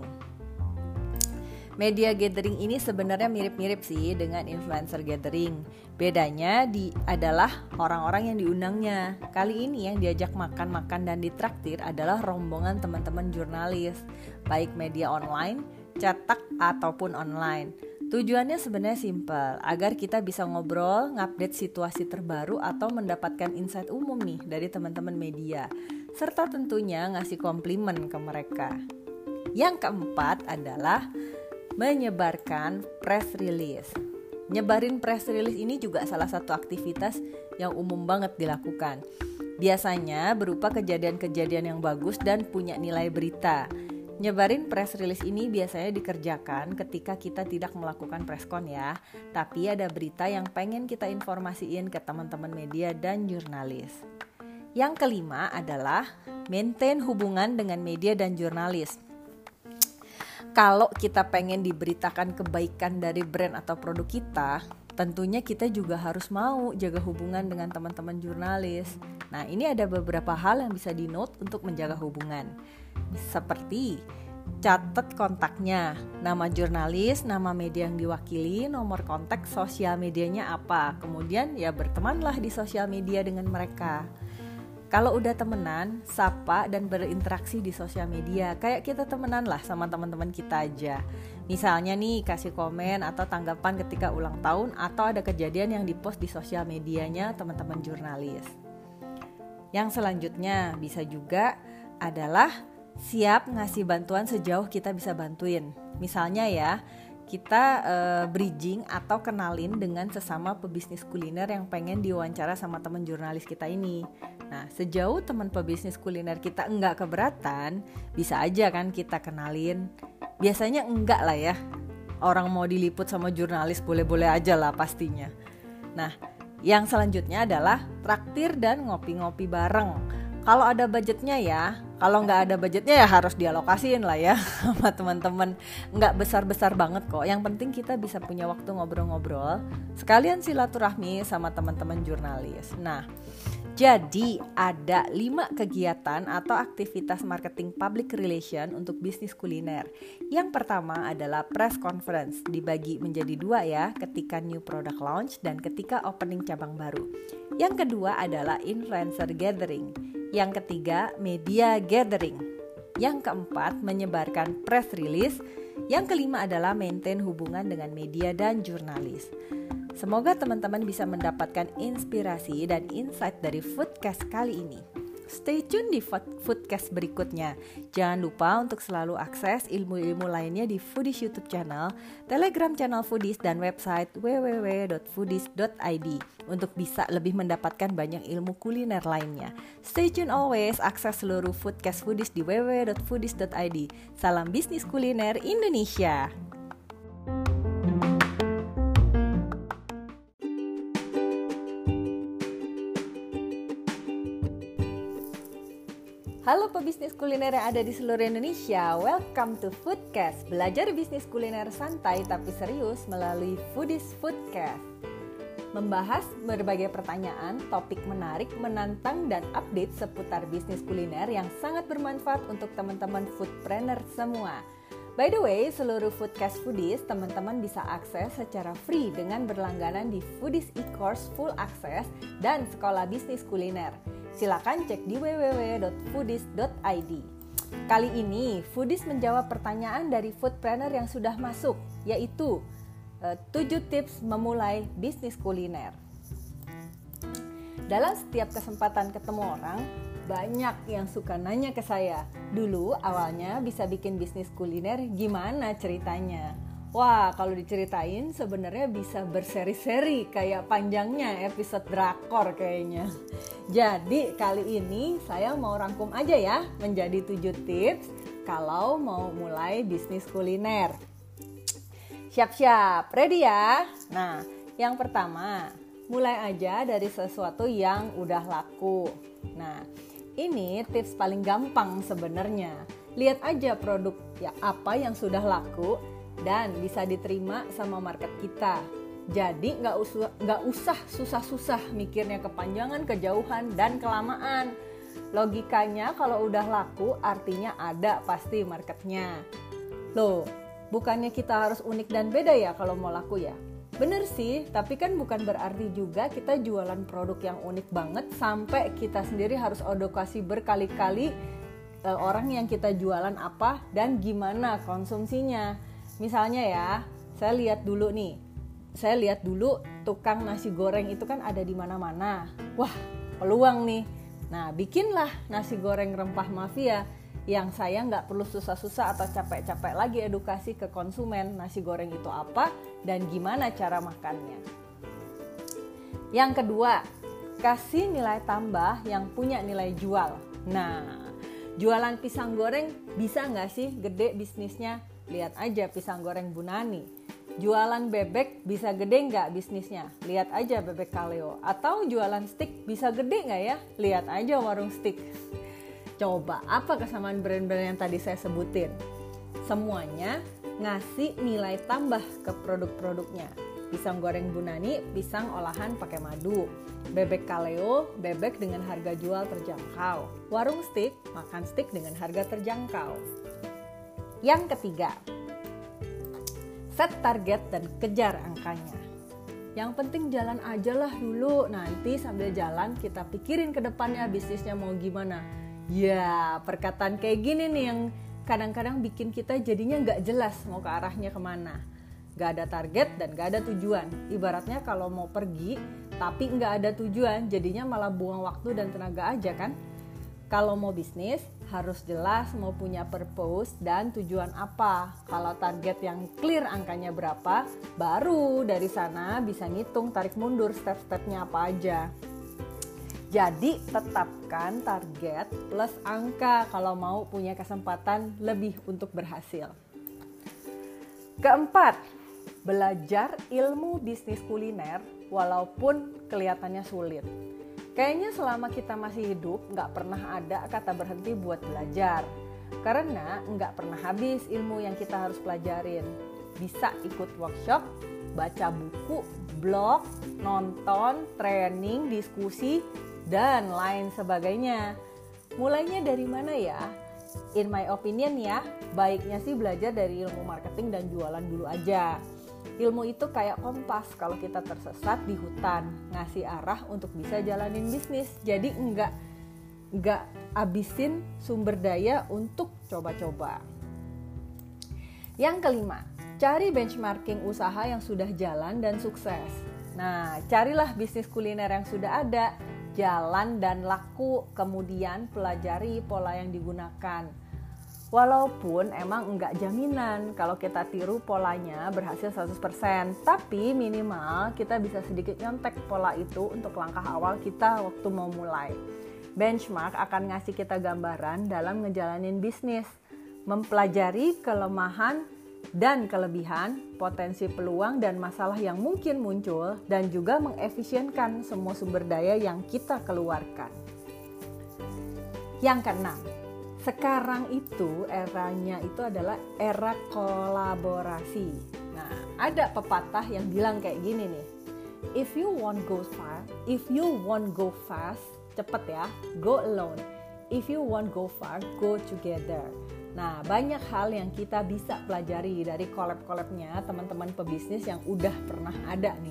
Media gathering ini sebenarnya mirip-mirip sih dengan influencer gathering. Bedanya adalah orang-orang yang diundangnya. Kali ini yang diajak makan-makan dan ditraktir adalah rombongan teman-teman jurnalis, baik media online, cetak ataupun online. Tujuannya sebenarnya simpel, agar kita bisa ngobrol, ngupdate situasi terbaru atau mendapatkan insight umum nih dari teman-teman media, serta tentunya ngasih komplimen ke mereka. Yang keempat adalah menyebarkan press release. Nyebarin press release ini juga salah satu aktivitas yang umum banget dilakukan. Biasanya berupa kejadian-kejadian yang bagus dan punya nilai berita. Nyebarin press release ini biasanya dikerjakan ketika kita tidak melakukan preskon ya, tapi ada berita yang pengen kita informasiin ke teman-teman media dan jurnalis. Yang kelima adalah maintain hubungan dengan media dan jurnalis. Kalau kita pengen diberitakan kebaikan dari brand atau produk kita, tentunya kita juga harus mau jaga hubungan dengan teman-teman jurnalis. Nah, ini ada beberapa hal yang bisa di-note untuk menjaga hubungan. Seperti catat kontaknya, nama jurnalis, nama media yang diwakili, nomor kontak sosial medianya apa. Kemudian ya bertemanlah di sosial media dengan mereka. Kalau udah temenan, sapa dan berinteraksi di sosial media. Kayak kita temenan lah sama teman-teman kita aja. Misalnya nih kasih komen atau tanggapan ketika ulang tahun atau ada kejadian yang dipost di sosial medianya teman-teman jurnalis. Yang selanjutnya bisa juga adalah siap ngasih bantuan sejauh kita bisa bantuin. Misalnya ya, kita bridging atau kenalin dengan sesama pebisnis kuliner yang pengen diwawancara sama teman jurnalis kita ini. Nah, sejauh teman pebisnis kuliner kita enggak keberatan, bisa aja kan kita kenalin. Biasanya enggak lah ya. Orang mau diliput sama jurnalis boleh-boleh aja lah pastinya. Nah, yang selanjutnya adalah traktir dan ngopi-ngopi bareng. Kalau ada budgetnya ya, kalau nggak ada budgetnya ya harus dialokasiin lah ya sama teman-teman. Nggak besar-besar banget kok, yang penting kita bisa punya waktu ngobrol-ngobrol, sekalian silaturahmi sama teman-teman jurnalis. Nah, jadi ada 5 kegiatan atau aktivitas marketing public relation untuk bisnis kuliner. Yang pertama adalah press conference, dibagi menjadi 2 ya, ketika new product launch dan ketika opening cabang baru. Yang kedua adalah influencer gathering. Yang ketiga, media gathering. Yang keempat, menyebarkan press release. Yang kelima adalah maintain hubungan dengan media dan jurnalis. Semoga teman-teman bisa mendapatkan inspirasi dan insight dari Foodcast kali ini. Stay tune di Foodcast berikutnya. Jangan lupa untuk selalu akses ilmu-ilmu lainnya di Foodies YouTube channel, Telegram channel Foodies, dan website www.foodies.id untuk bisa lebih mendapatkan banyak ilmu kuliner lainnya. Stay tune always, akses seluruh Foodcast Foodies di www.foodies.id. Salam bisnis kuliner Indonesia. Halo pebisnis kuliner yang ada di seluruh Indonesia, welcome to Foodcast. Belajar bisnis kuliner santai tapi serius melalui Foodies Foodcast. Membahas berbagai pertanyaan, topik menarik, menantang, dan update seputar bisnis kuliner yang sangat bermanfaat untuk teman-teman foodpreneur semua. By the way, seluruh Foodcast Foodies teman-teman bisa akses secara free dengan berlangganan di Foodies e-course full access dan sekolah bisnis kuliner. Silakan cek di www.foodies.id. Kali ini, Foodies menjawab pertanyaan dari foodpreneur yang sudah masuk, yaitu 7 tips memulai bisnis kuliner. Dalam setiap kesempatan ketemu orang, banyak yang suka nanya ke saya, dulu awalnya bisa bikin bisnis kuliner gimana ceritanya? Wah, kalau diceritain sebenarnya bisa berseri-seri kayak panjangnya episode drakor kayaknya. Jadi kali ini saya mau rangkum aja ya menjadi 7 tips kalau mau mulai bisnis kuliner. Siap-siap, ready ya? Nah, yang pertama, mulai aja dari sesuatu yang udah laku. Nah, ini tips paling gampang sebenarnya. Lihat aja produk ya apa yang sudah laku dan bisa diterima sama market kita. Jadi nggak usah susah-susah mikirnya kepanjangan, kejauhan, dan kelamaan. Logikanya kalau udah laku artinya ada pasti marketnya. Loh, bukannya kita harus unik dan beda ya kalau mau laku ya? Bener sih, tapi kan bukan berarti juga kita jualan produk yang unik banget sampai kita sendiri harus edukasi berkali-kali orang yang kita jualan apa dan gimana konsumsinya. Misalnya ya, saya lihat dulu tukang nasi goreng itu kan ada di mana-mana. Wah, peluang nih. Nah, bikinlah nasi goreng rempah mafia yang saya nggak perlu susah-susah atau capek-capek lagi edukasi ke konsumen nasi goreng itu apa dan gimana cara makannya. Yang kedua, kasih nilai tambah yang punya nilai jual. Nah, jualan pisang goreng bisa nggak sih gede bisnisnya? Lihat aja pisang goreng Bu Nani. Jualan bebek bisa gede nggak bisnisnya? Lihat aja bebek Kaleo. Atau jualan stik bisa gede nggak ya? Lihat aja warung stik. Coba apa kesamaan brand-brand yang tadi saya sebutin? Semuanya ngasih nilai tambah ke produk-produknya. Pisang goreng Bu Nani, pisang olahan pakai madu. Bebek Kaleo, bebek dengan harga jual terjangkau. Warung stik, makan stik dengan harga terjangkau. Yang ketiga, set target dan kejar angkanya. Yang penting jalan aja lah dulu, nanti sambil jalan kita pikirin ke depannya bisnisnya mau gimana. Ya, perkataan kayak gini nih yang kadang-kadang bikin kita jadinya gak jelas mau ke arahnya kemana. Gak ada target dan gak ada tujuan. Ibaratnya kalau mau pergi tapi gak ada tujuan, jadinya malah buang waktu dan tenaga aja kan. Kalau mau bisnis, harus jelas mau punya purpose dan tujuan apa. Kalau target yang clear angkanya berapa, baru dari sana bisa ngitung tarik mundur step-stepnya apa aja. Jadi tetapkan target plus angka kalau mau punya kesempatan lebih untuk berhasil. Keempat, belajar ilmu bisnis kuliner walaupun kelihatannya sulit. Kayaknya selama kita masih hidup nggak pernah ada kata berhenti buat belajar. Karena nggak pernah habis ilmu yang kita harus pelajarin. Bisa ikut workshop, baca buku, blog, nonton, training, diskusi, dan lain sebagainya. Mulainya dari mana ya? In my opinion ya, baiknya sih belajar dari ilmu marketing dan jualan dulu aja. Ilmu itu kayak kompas kalau kita tersesat di hutan, ngasih arah untuk bisa jalanin bisnis. Jadi enggak abisin sumber daya untuk coba-coba. Yang kelima, cari benchmarking usaha yang sudah jalan dan sukses. Nah, carilah bisnis kuliner yang sudah ada, jalan dan laku, kemudian pelajari pola yang digunakan. Walaupun emang enggak jaminan kalau kita tiru polanya berhasil 100%, tapi minimal kita bisa sedikit nyontek pola itu untuk langkah awal kita waktu mau mulai. Benchmark akan ngasih kita gambaran dalam ngejalanin bisnis, mempelajari kelemahan dan kelebihan, potensi peluang dan masalah yang mungkin muncul, dan juga mengefisienkan semua sumber daya yang kita keluarkan. Yang keenam, sekarang itu eranya itu adalah era kolaborasi. Nah, ada pepatah yang bilang kayak gini nih. If you want go fast, cepet ya, go alone. If you want go far, go together. Nah, banyak hal yang kita bisa pelajari dari collab-collabnya teman-teman pebisnis yang udah pernah ada nih.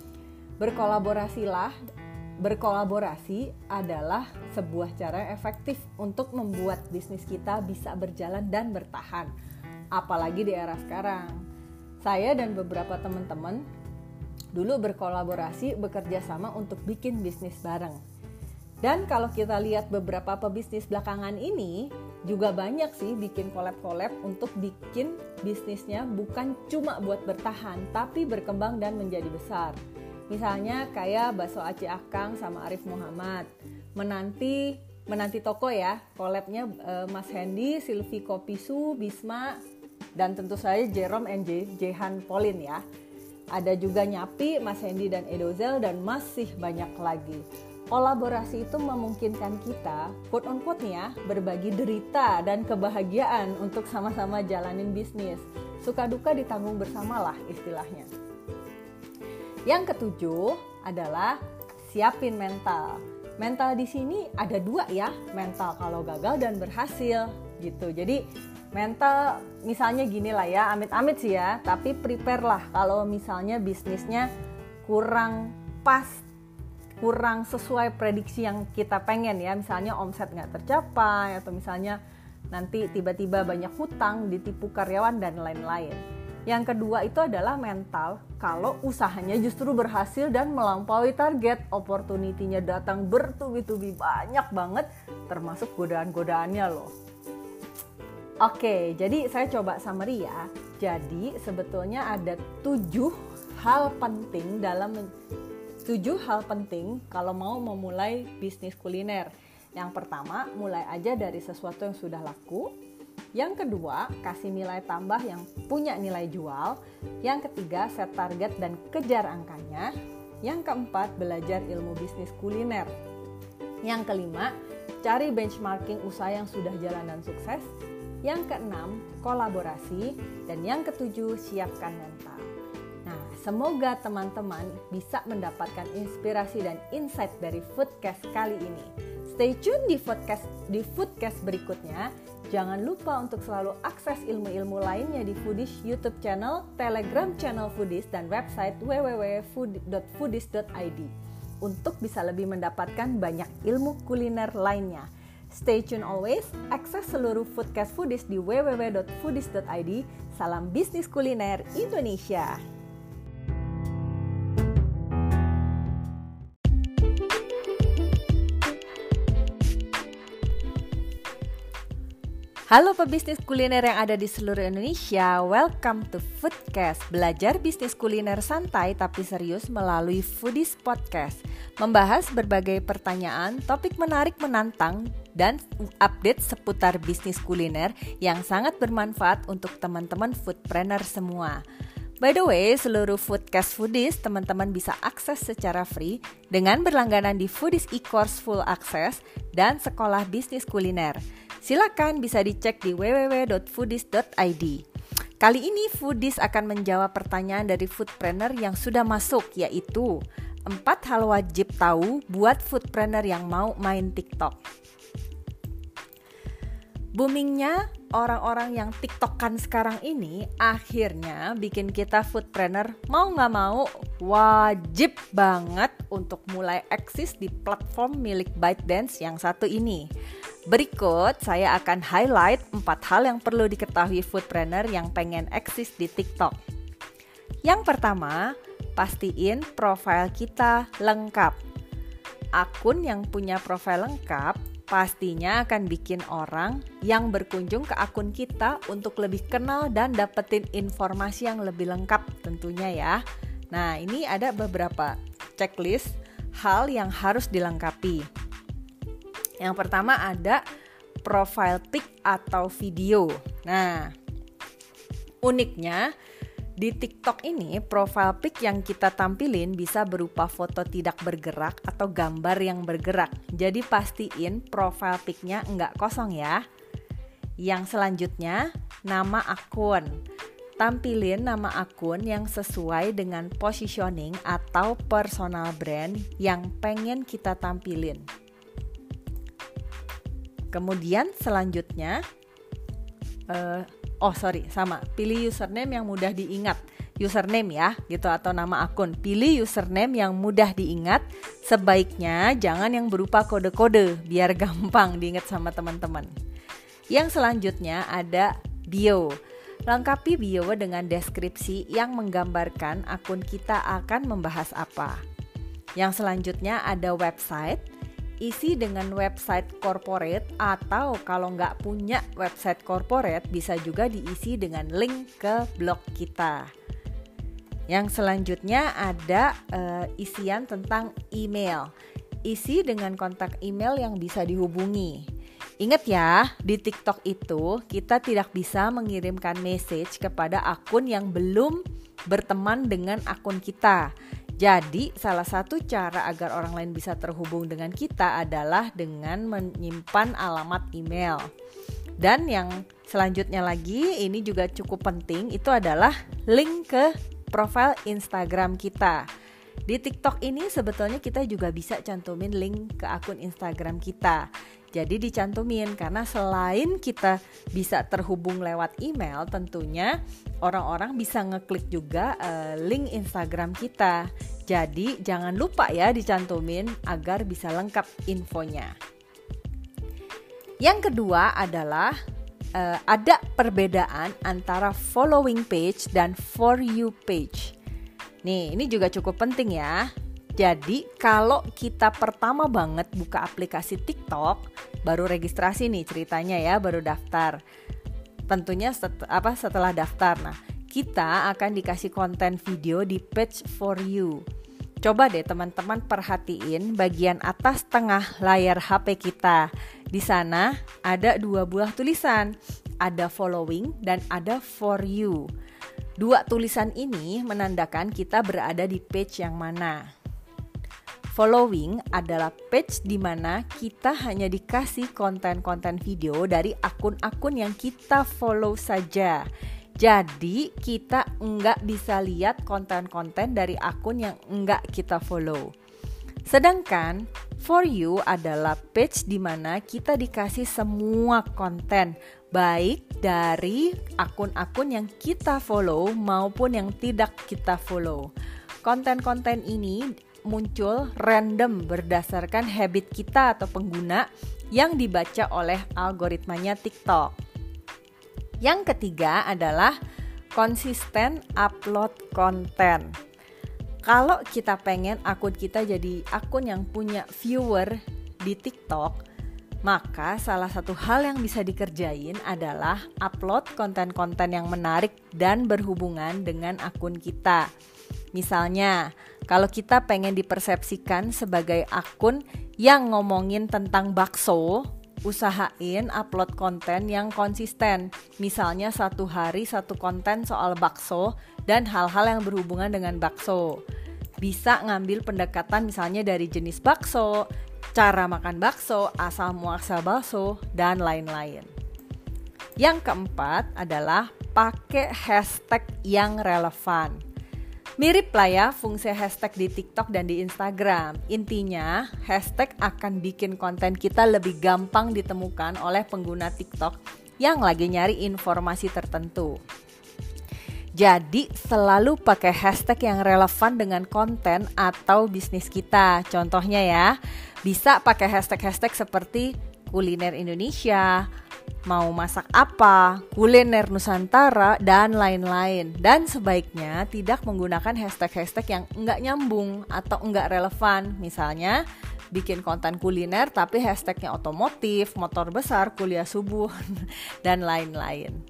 Berkolaborasi adalah sebuah cara efektif untuk membuat bisnis kita bisa berjalan dan bertahan. Apalagi di era sekarang. Saya dan beberapa teman-teman dulu berkolaborasi, bekerja sama untuk bikin bisnis bareng. Dan kalau kita lihat beberapa pebisnis belakangan ini, juga banyak sih bikin collab-collab untuk bikin bisnisnya bukan cuma buat bertahan, tapi berkembang dan menjadi besar. Misalnya kayak Bakso Aceh Akang sama Arif Muhammad, Menanti Toko ya, collabnya Mas Hendy, Silvi Kopisu, Bisma, dan tentu saja Jerome and Jehan Polin ya. Ada juga Nyapi, Mas Hendy dan Edozel, dan masih banyak lagi. Kolaborasi itu memungkinkan kita, quote on quote nih ya, berbagi derita dan kebahagiaan untuk sama-sama jalanin bisnis. Suka duka ditanggung bersama lah istilahnya. Yang ketujuh adalah siapin mental. Mental di sini ada dua ya, mental kalau gagal dan berhasil gitu. Jadi mental misalnya gini lah ya, amit-amit sih ya, tapi prepare lah kalau misalnya bisnisnya kurang pas, kurang sesuai prediksi yang kita pengen ya, misalnya omset nggak tercapai atau misalnya nanti tiba-tiba banyak hutang, ditipu karyawan dan lain-lain. Yang kedua itu adalah mental kalau usahanya justru berhasil dan melampaui target, opportunity-nya datang bertubi-tubi banyak banget, termasuk godaan-godaannya loh. Oke, jadi saya coba summary ya. Jadi sebetulnya ada 7 hal penting kalau mau memulai bisnis kuliner. Yang pertama, mulai aja dari sesuatu yang sudah laku. Yang kedua, kasih nilai tambah yang punya nilai jual. Yang ketiga, set target dan kejar angkanya. Yang keempat, belajar ilmu bisnis kuliner. Yang kelima, cari benchmarking usaha yang sudah jalan dan sukses. Yang keenam, kolaborasi. Dan yang ketujuh, siapkan mental. Nah, semoga teman-teman bisa mendapatkan inspirasi dan insight dari Foodcast kali ini. Stay tune di Foodcast berikutnya. Jangan lupa untuk selalu akses ilmu-ilmu lainnya di Foodish YouTube channel, Telegram channel Foodish, dan website www.foodish.id untuk bisa lebih mendapatkan banyak ilmu kuliner lainnya. Stay tune always, akses seluruh Foodcast Foodish di www.foodish.id. Salam bisnis kuliner Indonesia. Halo pebisnis kuliner yang ada di seluruh Indonesia, welcome to Foodcast. Belajar bisnis kuliner santai tapi serius melalui Foodies Podcast. Membahas berbagai pertanyaan, topik menarik menantang, dan update seputar bisnis kuliner yang sangat bermanfaat untuk teman-teman foodpreneur semua. By the way, seluruh Foodcast Foodies teman-teman bisa akses secara free dengan berlangganan di Foodies e-course full access dan sekolah bisnis kuliner. Silakan bisa dicek di www.foodies.id. Kali ini Foodies akan menjawab pertanyaan dari foodpreneur yang sudah masuk, yaitu 4 hal wajib tahu buat foodpreneur yang mau main TikTok. Boomingnya orang-orang yang TikTokan sekarang ini akhirnya bikin kita foodpreneur mau gak mau wajib banget untuk mulai eksis di platform milik ByteDance yang satu ini. Berikut saya akan highlight 4 hal yang perlu diketahui foodpreneur yang pengen eksis di TikTok. Yang pertama, pastiin profil kita lengkap. Akun yang punya profil lengkap pastinya akan bikin orang yang berkunjung ke akun kita untuk lebih kenal dan dapetin informasi yang lebih lengkap tentunya ya. Nah, ini ada beberapa checklist hal yang harus dilengkapi. Yang pertama ada profile pic atau video. Nah, uniknya di TikTok ini profile pic yang kita tampilin bisa berupa foto tidak bergerak atau gambar yang bergerak. Jadi pastiin profile pic-nya enggak kosong ya. Yang selanjutnya, nama akun. Tampilin nama akun yang sesuai dengan positioning atau personal brand yang pengen kita tampilin. Kemudian selanjutnya, pilih username yang mudah diingat. Username ya, gitu, atau nama akun. Pilih username yang mudah diingat. Sebaiknya jangan yang berupa kode-kode, biar gampang diingat sama teman-teman. Yang selanjutnya ada bio. Lengkapi bio dengan deskripsi yang menggambarkan akun kita akan membahas apa. Yang selanjutnya ada website. Isi dengan website corporate atau kalau nggak punya website corporate bisa juga diisi dengan link ke blog kita. Yang selanjutnya ada isian tentang email. Isi dengan kontak email yang bisa dihubungi. Ingat ya, di TikTok itu kita tidak bisa mengirimkan message kepada akun yang belum berteman dengan akun kita. Jadi salah satu cara agar orang lain bisa terhubung dengan kita adalah dengan menyimpan alamat email. Dan yang selanjutnya lagi, ini juga cukup penting, itu adalah link ke profil Instagram kita. Di TikTok ini sebetulnya kita juga bisa cantumin link ke akun Instagram kita. Jadi dicantumin karena selain kita bisa terhubung lewat email, tentunya orang-orang bisa ngeklik juga link Instagram kita. Jadi jangan lupa ya dicantumin agar bisa lengkap infonya. Yang kedua adalah ada perbedaan antara following page dan for you page. Nih, ini juga cukup penting ya. Jadi kalau kita pertama banget buka aplikasi TikTok, baru registrasi nih ceritanya ya, baru daftar. Tentunya setelah daftar, nah kita akan dikasih konten video di page for you. Coba deh teman-teman perhatiin bagian atas tengah layar HP kita. Di sana ada 2 buah tulisan, ada following dan ada for you. 2 tulisan ini menandakan kita berada di page yang mana. Following adalah page di mana kita hanya dikasih konten-konten video dari akun-akun yang kita follow saja. Jadi kita nggak bisa lihat konten-konten dari akun yang nggak kita follow. Sedangkan for you adalah page di mana kita dikasih semua konten, baik dari akun-akun yang kita follow maupun yang tidak kita follow. Konten-konten ini muncul random berdasarkan habit kita atau pengguna yang dibaca oleh algoritmanya TikTok. Yang ketiga adalah konsisten upload konten. Kalau kita pengen akun kita jadi akun yang punya viewer di TikTok, Maka salah satu hal yang bisa dikerjain adalah upload konten-konten yang menarik dan berhubungan dengan akun kita. Misalnya, kalau kita pengen dipersepsikan sebagai akun yang ngomongin tentang bakso, usahain upload konten yang konsisten. Misalnya satu hari satu konten soal bakso dan hal-hal yang berhubungan dengan bakso. Bisa ngambil pendekatan misalnya dari jenis bakso, cara makan bakso, asal muasal bakso, dan lain-lain. Yang keempat adalah pakai hashtag yang relevan. Mirip lah ya fungsi hashtag di TikTok dan di Instagram. Intinya, hashtag akan bikin konten kita lebih gampang ditemukan oleh pengguna TikTok yang lagi nyari informasi tertentu. Jadi selalu pakai hashtag yang relevan dengan konten atau bisnis kita. Contohnya ya, bisa pakai hashtag-hashtag seperti kuliner Indonesia, mau masak apa, kuliner Nusantara, dan lain-lain. Dan sebaiknya tidak menggunakan hashtag-hashtag yang enggak nyambung atau enggak relevan. Misalnya, bikin konten kuliner tapi hashtagnya otomotif, motor besar, kuliah subuh, dan lain-lain.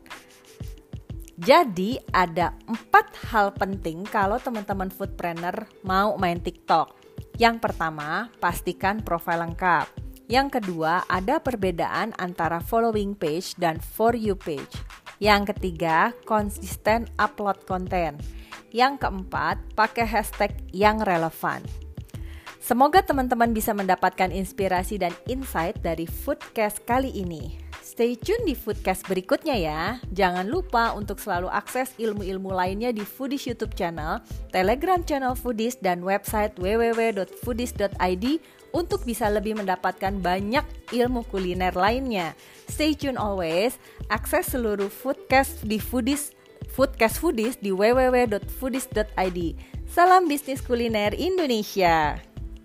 Jadi ada 4 hal penting kalau teman-teman foodpreneur mau main TikTok. Yang pertama, pastikan profil lengkap. Yang kedua, ada perbedaan antara following page dan for you page. Yang ketiga, konsisten upload konten. Yang keempat, pakai hashtag yang relevan. Semoga teman-teman bisa mendapatkan inspirasi dan insight dari Foodcast kali ini. Stay tune di Foodcast berikutnya ya. Jangan lupa untuk selalu akses ilmu-ilmu lainnya di Foodies YouTube channel, Telegram channel Foodies, dan website www.foodies.id untuk bisa lebih mendapatkan banyak ilmu kuliner lainnya. Stay tune always. Akses seluruh Foodcast di Foodcast Foodies di www.foodies.id. Salam bisnis kuliner Indonesia.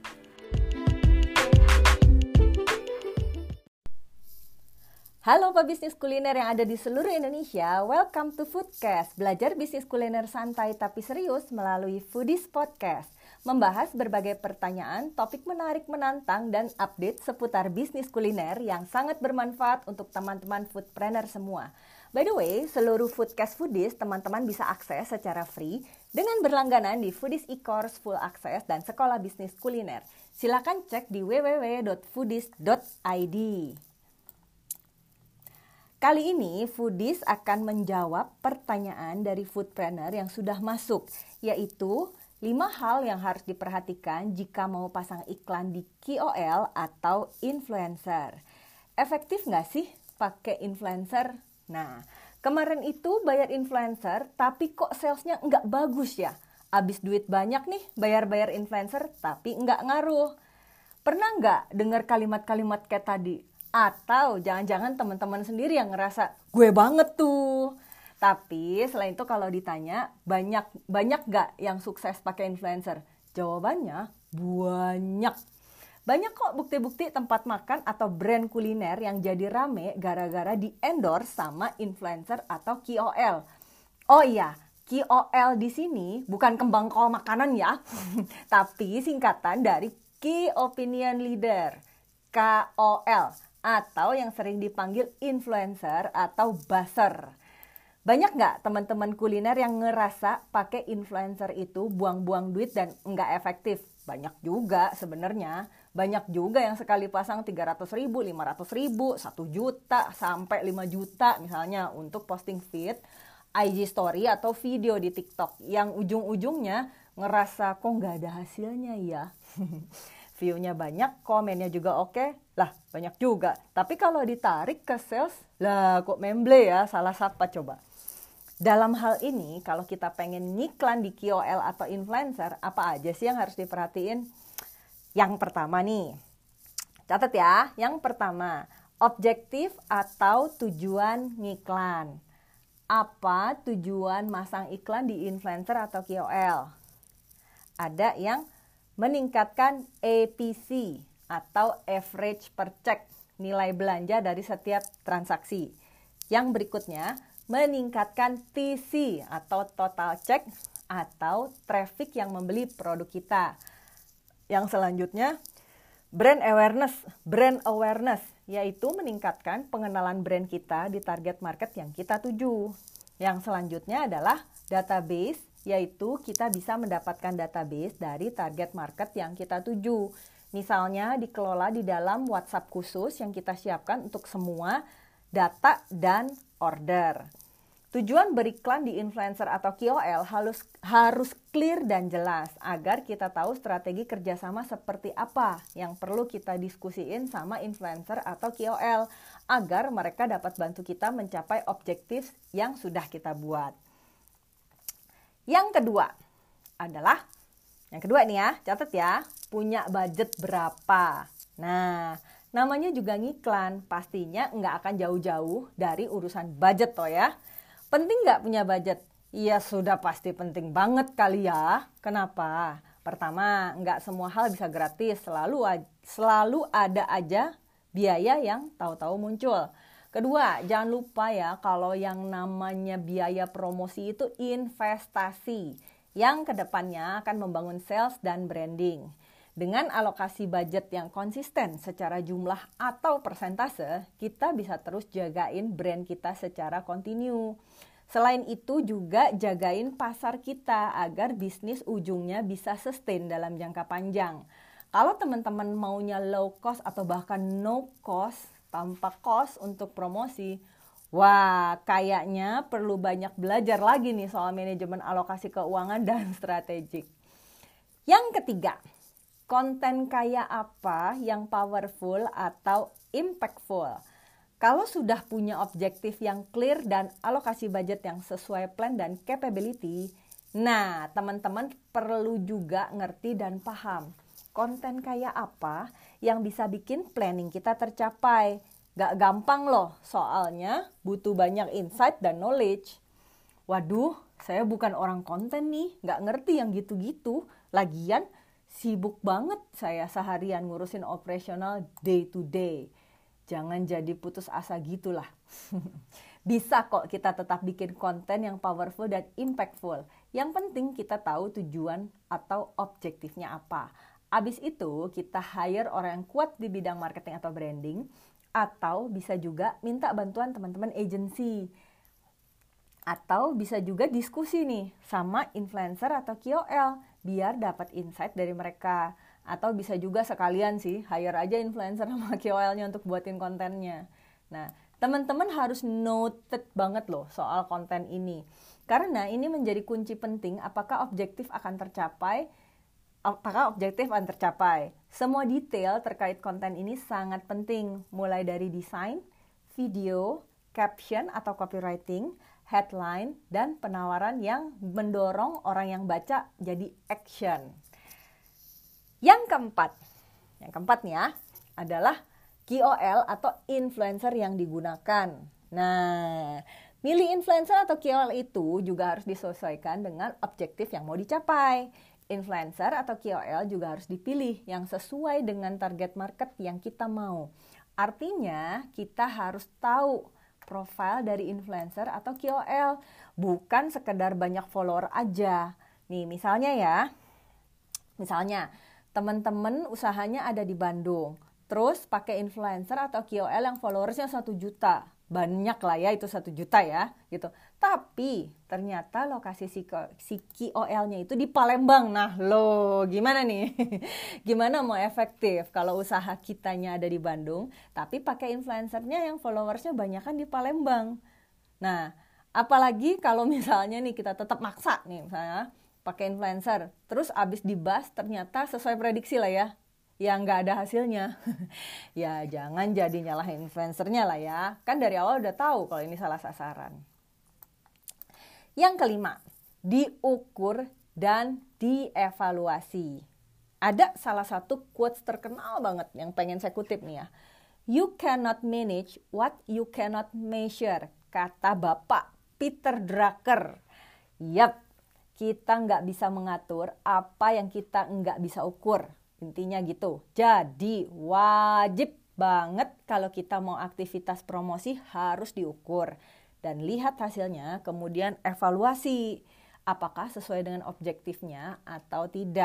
Halo pebisnis kuliner yang ada di seluruh Indonesia, welcome to Foodcast. Belajar bisnis kuliner santai tapi serius melalui Foodies Podcast. Membahas berbagai pertanyaan, topik menarik, menantang, dan update seputar bisnis kuliner yang sangat bermanfaat untuk teman-teman foodpreneur semua. By the way, seluruh Foodcast Foodies teman-teman bisa akses secara free dengan berlangganan di Foodies e-course full access dan sekolah bisnis kuliner. Silakan cek di www.foodies.id. Kali ini Foodies akan menjawab pertanyaan dari foodpreneur yang sudah masuk, yaitu 5 hal yang harus diperhatikan jika mau pasang iklan di KOL atau influencer. Efektif nggak sih pakai influencer? Nah, kemarin itu bayar influencer tapi kok salesnya nggak bagus ya? Abis duit banyak nih bayar-bayar influencer tapi nggak ngaruh. Pernah nggak dengar kalimat-kalimat kayak tadi? Atau jangan-jangan teman-teman sendiri yang ngerasa gue banget tuh. Tapi selain itu kalau ditanya banyak gak yang sukses pakai influencer? Jawabannya banyak. Banyak kok bukti-bukti tempat makan atau brand kuliner yang jadi rame gara-gara di endorse sama influencer atau KOL. Oh iya, KOL di sini bukan kembang kol makanan ya, tapi singkatan dari Key Opinion Leader, KOL. Atau yang sering dipanggil influencer atau buzzer. Banyak nggak teman-teman kuliner yang ngerasa pakai influencer itu buang-buang duit dan nggak efektif? Banyak juga sebenarnya. Banyak juga yang sekali pasang 300.000, 500.000, 1 juta, sampai 5 juta misalnya untuk posting feed, IG story atau video di TikTok. Yang ujung-ujungnya ngerasa kok nggak ada hasilnya ya. View-nya banyak, komennya juga oke, lah banyak juga. Tapi kalau ditarik ke sales, lah kok memble ya, salah siapa coba. Dalam hal ini, kalau kita pengen ngiklan di KOL atau influencer, apa aja sih yang harus diperhatiin? Yang pertama nih, catat ya, yang pertama, objektif atau tujuan ngiklan. Apa tujuan masang iklan di influencer atau KOL? Ada yang meningkatkan APC atau average per check, nilai belanja dari setiap transaksi. Yang berikutnya, meningkatkan TC atau total check atau traffic yang membeli produk kita. Yang selanjutnya, Brand awareness yaitu meningkatkan pengenalan brand kita di target market yang kita tuju. Yang selanjutnya adalah database, yaitu kita bisa mendapatkan database dari target market yang kita tuju. Misalnya dikelola di dalam WhatsApp khusus yang kita siapkan untuk semua data dan order. Tujuan beriklan di influencer atau KOL harus clear dan jelas agar kita tahu strategi kerjasama seperti apa yang perlu kita diskusiin sama influencer atau KOL agar mereka dapat bantu kita mencapai objektif yang sudah kita buat. Yang kedua nih ya, catat ya, punya budget berapa. Nah, namanya juga ngiklan, pastinya nggak akan jauh-jauh dari urusan budget toh ya. Penting nggak punya budget? Ya sudah pasti penting banget kali ya. Kenapa? Pertama, nggak semua hal bisa gratis, selalu ada aja biaya yang tahu-tahu muncul. Kedua, jangan lupa ya kalau yang namanya biaya promosi itu investasi yang kedepannya akan membangun sales dan branding. Dengan alokasi budget yang konsisten secara jumlah atau persentase, kita bisa terus jagain brand kita secara kontinu. Selain itu juga jagain pasar kita agar bisnis ujungnya bisa sustain dalam jangka panjang. Kalau teman-teman maunya low cost atau bahkan no cost, tanpa cost untuk promosi, wah, kayaknya perlu banyak belajar lagi nih soal manajemen alokasi keuangan dan strategik. Yang ketiga, konten kayak apa yang powerful atau impactful? Kalau sudah punya objektif yang clear dan alokasi budget yang sesuai plan dan capability, nah teman-teman perlu juga ngerti dan paham konten kayak apa yang bisa bikin planning kita tercapai. Gak gampang loh, soalnya butuh banyak insight dan knowledge. Waduh, saya bukan orang konten nih, gak ngerti yang gitu-gitu. Lagian sibuk banget saya seharian ngurusin operasional day to day. Jangan jadi putus asa gitulah. Bisa kok kita tetap bikin konten yang powerful dan impactful. Yang penting kita tahu tujuan atau objektifnya apa. Abis itu kita hire orang yang kuat di bidang marketing atau branding. Atau bisa juga minta bantuan teman-teman agency. Atau bisa juga diskusi nih sama influencer atau KOL biar dapat insight dari mereka. Atau bisa juga sekalian sih hire aja influencer sama KOL-nya untuk buatin kontennya. Nah, teman-teman harus noted banget loh soal konten ini. Karena ini menjadi kunci penting apakah objektif akan tercapai. Semua detail terkait konten ini sangat penting, mulai dari desain, video, caption atau copywriting, headline, dan penawaran yang mendorong orang yang baca jadi action. Yang keempat nih ya, adalah KOL atau influencer yang digunakan. Nah, milih influencer atau KOL itu juga harus disesuaikan dengan objektif yang mau dicapai. Influencer atau KOL juga harus dipilih yang sesuai dengan target market yang kita mau. Artinya, kita harus tahu profil dari influencer atau KOL, bukan sekedar banyak follower aja. Nih, misalnya teman-teman usahanya ada di Bandung, terus pakai influencer atau KOL yang followersnya 1 juta. Banyak lah ya itu 1 juta ya gitu. Tapi ternyata lokasi si KOL-nya itu di Palembang. Nah lo gimana nih? Gimana mau efektif kalau usaha kitanya ada di Bandung tapi pakai influencernya yang followersnya banyakan di Palembang. Nah apalagi kalau misalnya nih kita tetap maksa nih misalnya pakai influencer, terus abis dibahas ternyata sesuai prediksi lah ya, yang nggak ada hasilnya. Ya jangan jadi nyalahin influencernya lah ya, kan dari awal udah tahu kalau ini salah sasaran. Yang kelima, diukur dan dievaluasi. Ada salah satu quotes terkenal banget yang pengen saya kutip nih ya. You cannot manage what you cannot measure, kata Bapak Peter Drucker. Yap, kita nggak bisa mengatur apa yang kita nggak bisa ukur. Intinya gitu. Jadi wajib banget kalau kita mau aktivitas promosi harus diukur. Dan lihat hasilnya, kemudian evaluasi. Apakah sesuai dengan objektifnya atau tidak.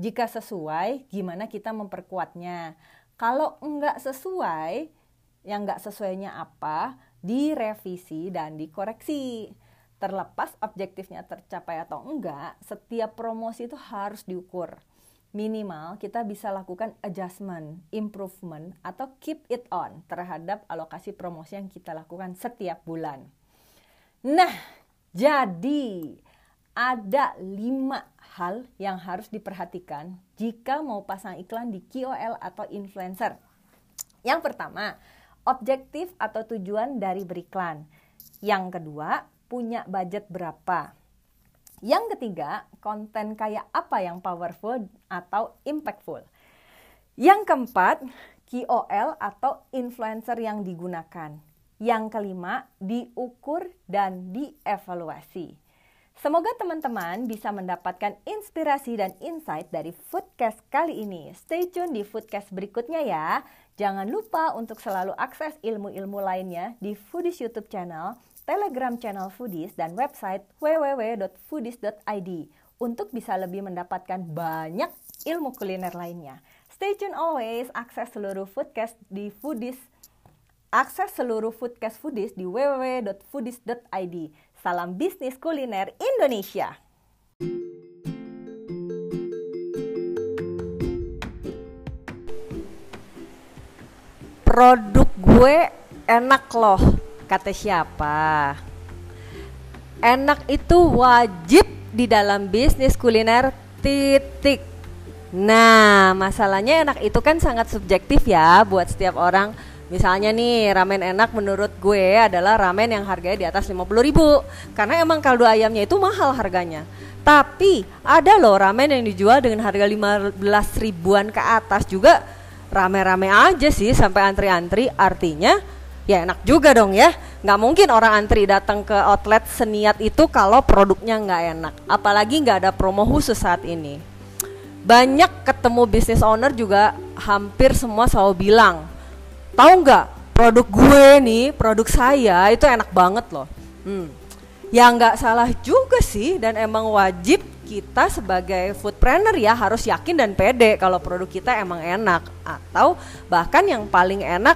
Jika sesuai, gimana kita memperkuatnya? Kalau enggak sesuai, yang enggak sesuainya apa, direvisi dan dikoreksi. Terlepas objektifnya tercapai atau enggak, setiap promosi itu harus diukur. Minimal kita bisa lakukan adjustment, improvement, atau keep it on terhadap alokasi promosi yang kita lakukan setiap bulan. Nah, jadi ada 5 hal yang harus diperhatikan jika mau pasang iklan di KOL atau influencer. Yang pertama, objektif atau tujuan dari beriklan. Yang kedua, punya budget berapa. Yang ketiga, konten kayak apa yang powerful atau impactful. Yang keempat, KOL atau influencer yang digunakan. Yang kelima, diukur dan dievaluasi. Semoga teman-teman bisa mendapatkan inspirasi dan insight dari Foodcast kali ini. Stay tune di Foodcast berikutnya ya. Jangan lupa untuk selalu akses ilmu-ilmu lainnya di Foodies YouTube channel, Telegram channel Foodies, dan website www.foodies.id untuk bisa lebih mendapatkan banyak ilmu kuliner lainnya. Stay tune always, akses seluruh Foodcast di Foodies. Akses seluruh Foodcast Foodies di www.foodies.id. Salam bisnis kuliner Indonesia. Produk gue enak loh, kata siapa? Enak itu wajib di dalam bisnis kuliner, titik. Nah, masalahnya enak itu kan sangat subjektif ya buat setiap orang. Misalnya nih, ramen enak menurut gue adalah ramen yang harganya di atas 50.000. Karena emang kaldu ayamnya itu mahal harganya. Tapi ada loh ramen yang dijual dengan harga 15 ribuan ke atas juga rame-rame aja sih sampai antri-antri. Artinya ya enak juga dong ya. Nggak mungkin orang antri datang ke outlet seniat itu kalau produknya nggak enak. Apalagi nggak ada promo khusus saat ini. Banyak ketemu business owner juga hampir semua selalu bilang, tahu nggak, produk gue nih, produk saya itu enak banget loh. Ya nggak salah juga sih, dan emang wajib kita sebagai foodpreneur ya harus yakin dan pede kalau produk kita emang enak, atau bahkan yang paling enak,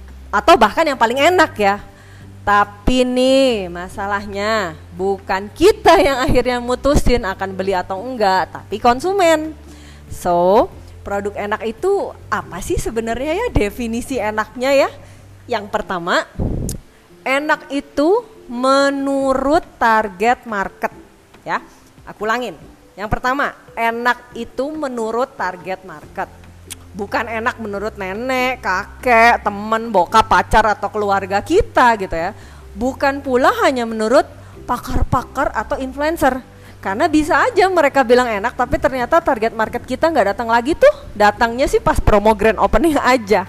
ya. Tapi nih masalahnya bukan kita yang akhirnya mutusin akan beli atau enggak, tapi konsumen. So, produk enak itu apa sih sebenarnya ya, definisi enaknya ya? Yang pertama, enak itu menurut target market ya. Aku ulangin. Yang pertama, enak itu menurut target market. Bukan enak menurut nenek, kakek, teman, bokap, pacar atau keluarga kita gitu ya. Bukan pula hanya menurut pakar-pakar atau influencer. Karena bisa aja mereka bilang enak tapi ternyata target market kita nggak datang lagi tuh. Datangnya sih pas promo grand opening aja.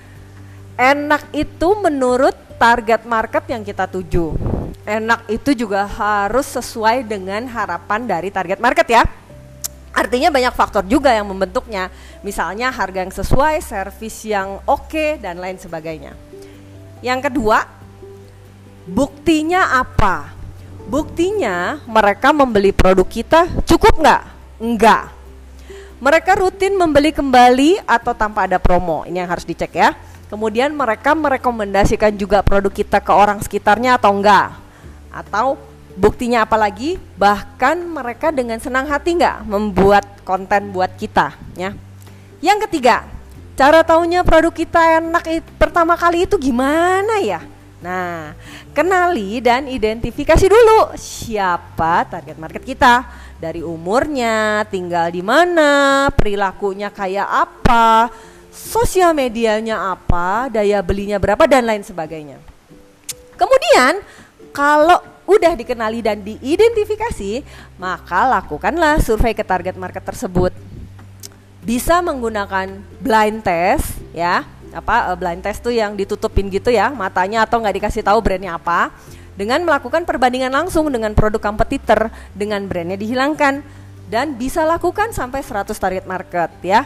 Enak itu menurut target market yang kita tuju. Enak itu juga harus sesuai dengan harapan dari target market ya. Artinya banyak faktor juga yang membentuknya. Misalnya harga yang sesuai, servis yang oke, dan lain sebagainya. Yang kedua, buktinya apa? Buktinya mereka membeli produk kita cukup nggak? Enggak. Mereka rutin membeli kembali atau tanpa ada promo. Ini yang harus dicek ya. Kemudian mereka merekomendasikan juga produk kita ke orang sekitarnya atau enggak. Atau buktinya apa lagi? Bahkan mereka dengan senang hati nggak membuat konten buat kita ya. Yang ketiga, cara taunya produk kita enak pertama kali itu gimana ya? Nah, kenali dan identifikasi dulu siapa target market kita. Dari umurnya, tinggal di mana, perilakunya kayak apa, sosial medianya apa, daya belinya berapa, dan lain sebagainya. Kemudian, kalau udah dikenali dan diidentifikasi, maka lakukanlah survei ke target market tersebut. Bisa menggunakan blind test ya. Blind test tuh yang ditutupin gitu ya matanya atau nggak dikasih tahu brandnya apa, dengan melakukan perbandingan langsung dengan produk kompetitor dengan brandnya dihilangkan, dan bisa lakukan sampai 100 target market ya.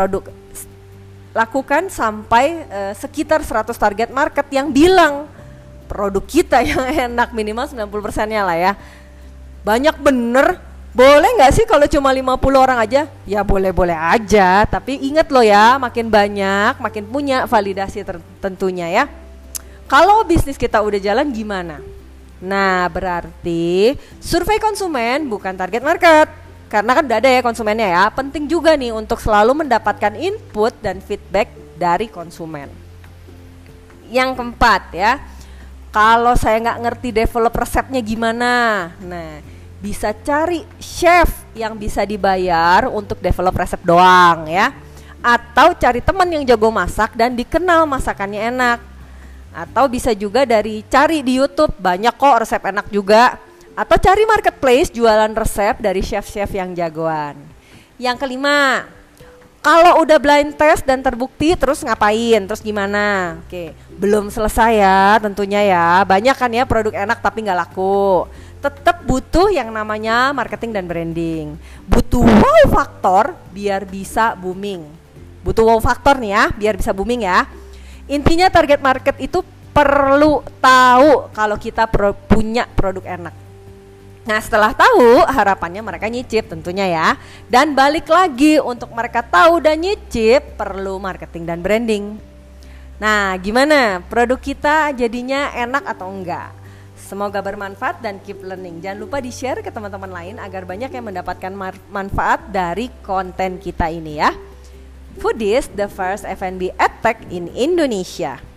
Lakukan sampai sekitar 100 target market yang bilang produk kita yang enak, minimal 90%-nya lah ya. Banyak bener Boleh nggak sih kalau cuma 50 orang aja? Ya boleh-boleh aja, tapi ingat loh ya, makin banyak, makin punya validasi tentunya ya. Kalau bisnis kita udah jalan gimana? Nah, berarti survei konsumen bukan target market. Karena kan udah ada ya konsumennya ya. Penting juga nih untuk selalu mendapatkan input dan feedback dari konsumen. Yang keempat ya, kalau saya nggak ngerti develop resepnya gimana? Nah, bisa cari chef yang bisa dibayar untuk develop resep doang ya. Atau cari teman yang jago masak dan dikenal masakannya enak. Atau bisa juga cari di YouTube, banyak kok resep enak juga. Atau cari marketplace jualan resep dari chef-chef yang jagoan. Yang kelima, kalau udah blind test dan terbukti terus ngapain? Terus gimana? Oke, belum selesai ya tentunya ya. Banyak kan ya produk enak tapi nggak laku. Tetap butuh yang namanya marketing dan branding. Butuh wow faktor biar bisa booming. Butuh wow faktor nih ya, biar bisa booming ya. Intinya target market itu perlu tahu kalau kita punya produk enak. Nah, setelah tahu, harapannya mereka nyicip tentunya ya. Dan balik lagi, untuk mereka tahu dan nyicip perlu marketing dan branding. Nah, gimana? Produk kita jadinya enak atau enggak? Semoga bermanfaat dan keep learning. Jangan lupa di-share ke teman-teman lain agar banyak yang mendapatkan manfaat dari konten kita ini ya. Foodies, the first F&B edtech in Indonesia.